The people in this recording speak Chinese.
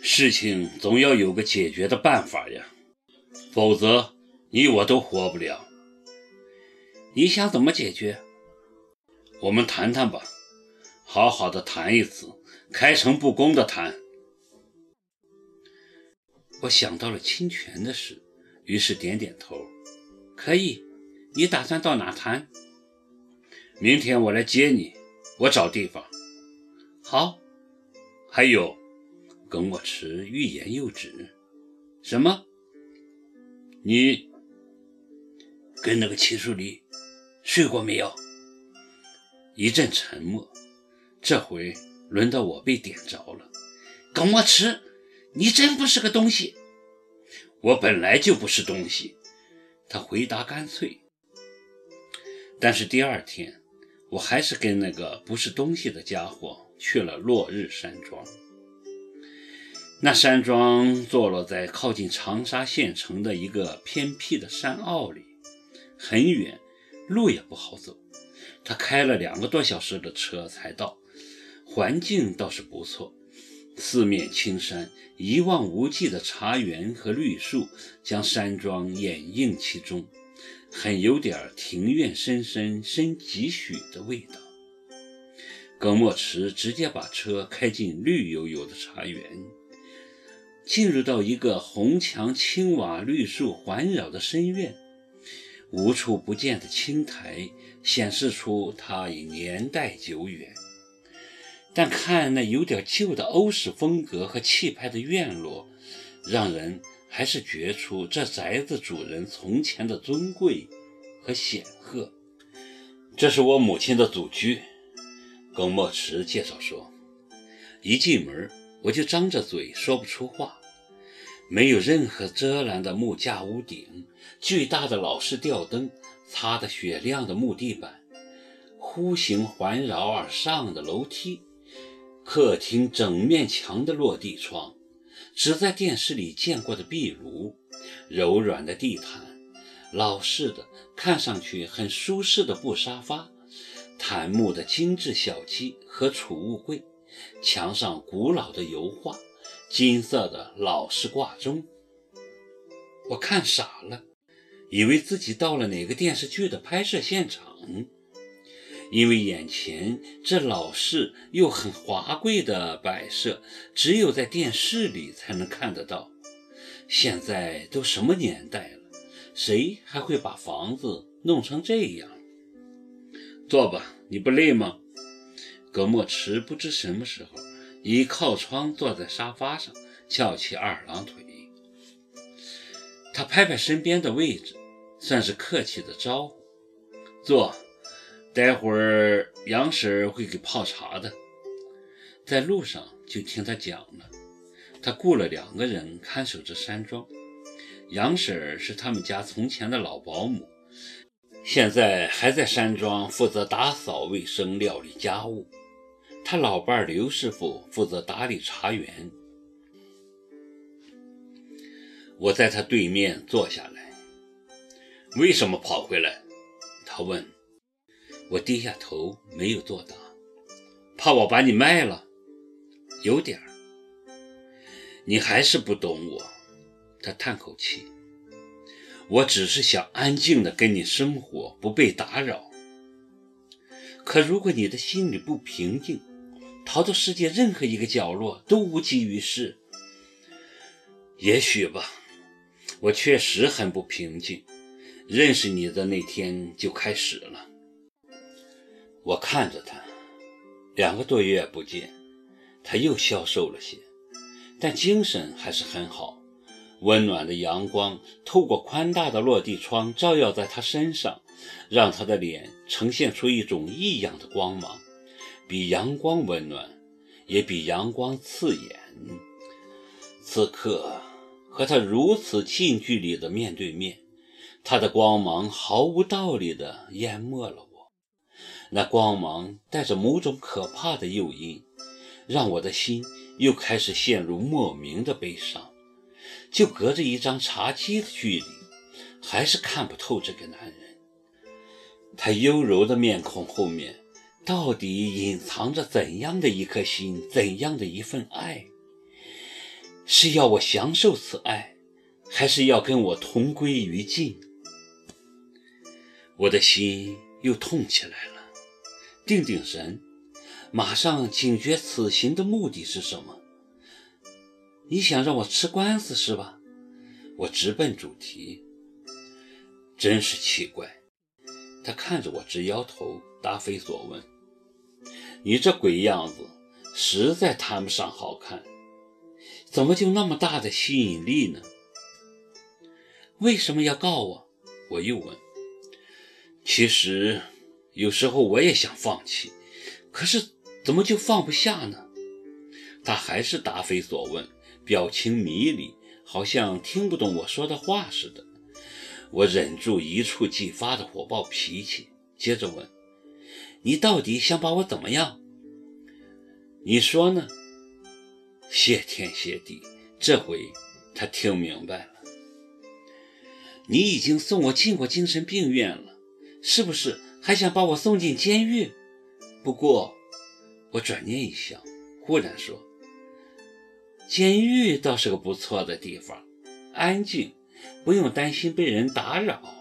事情总要有个解决的办法呀，否则你我都活不了。 你想怎么解决？ 我们谈谈吧，好好的谈一次，开诚布公的谈。 我想到了侵权的事，于是点点头。可以，你打算到哪谈？ 明天我来接你，我找地方。 好。 还有，耿墨池欲言又止。 什么？ 你跟那个齐树礼睡过没有？ 一阵沉默，这回轮到我被点着了。耿墨池，你真不是个东西。 我本来就不是东西， 他回答干脆。 但是第二天，我还是跟那个不是东西的家伙去了落日山庄。那山庄坐落在靠近长沙县城的一个偏僻的山坳里，很远，路也不好走。他开了2个多小时的车才到。环境倒是不错，四面青山，一望无际的茶园和绿树将山庄掩映其中，很有点庭院深深深几许的味道。耿墨池直接把车开进绿油油的茶园，进入到一个红墙青瓦绿树环绕的深院，无处不见的青苔显示出它已年代久远，但看那有点旧的欧式风格和气派的院落，让人还是觉出这宅子主人从前的尊贵和显赫。这是我母亲的祖居，耿墨池介绍说。一进门我就张着嘴说不出话。没有任何遮拦的木架屋顶，巨大的老式吊灯，擦得雪亮的木地板，弧形环绕而上的楼梯，客厅整面墙的落地窗，只在电视里见过的壁炉，柔软的地毯，老式的看上去很舒适的布沙发，檀木的精致小机和储物柜，墙上古老的油画，金色的老式挂钟。我看傻了，以为自己到了哪个电视剧的拍摄现场，因为眼前这老式又很华贵的摆设只有在电视里才能看得到。现在都什么年代了，谁还会把房子弄成这样？坐吧，你不累吗？耿墨池不知什么时候一靠窗坐在沙发上，翘起2郎腿。他拍拍身边的位置，算是客气的招呼。坐，待会儿杨婶会给泡茶的。在路上就听他讲了，他雇了2个人看守着山庄。杨婶是他们家从前的老保姆，现在还在山庄负责打扫卫生、料理家务。他老伴刘师傅负责打理茶园。我在他对面坐下来。为什么跑回来？他问。我低下头没有作答。怕我把你卖了？有点儿。你还是不懂我。他叹口气。我只是想安静地跟你生活，不被打扰。可如果你的心里不平静，逃到世界任何一个角落都无济于事。也许吧，我确实很不平静，认识你的那天就开始了。我看着他，2个多月不见，他又消瘦了些，但精神还是很好。温暖的阳光透过宽大的落地窗照耀在他身上，让他的脸呈现出一种异样的光芒，比阳光温暖，也比阳光刺眼。此刻和他如此近距离的面对面，他的光芒毫无道理地淹没了我。那光芒带着某种可怕的诱因，让我的心又开始陷入莫名的悲伤。就隔着一张茶几的距离，还是看不透这个男人。他幽柔的面孔后面到底隐藏着怎样的一颗心，怎样的一份爱？ 是要我享受此爱，还是要跟我同归于尽？我的心又痛起来了，定定神，马上警觉此行的目的是什么。你想让我吃官司是吧？我直奔主题。真是奇怪，他看着我直摇头，答非所问。你这鬼样子实在谈不上好看，怎么就那么大的吸引力呢？为什么要告我？我又问。其实有时候我也想放弃，可是怎么就放不下呢？他还是答非所问，表情迷离，好像听不懂我说的话似的。我忍住一触即发的火爆脾气，接着问，你到底想把我怎么样？你说呢？谢天谢地，这回他听明白了。你已经送我进过精神病院了，是不是还想把我送进监狱？不过我转念一想，忽然说，监狱倒是个不错的地方，安静，不用担心被人打扰。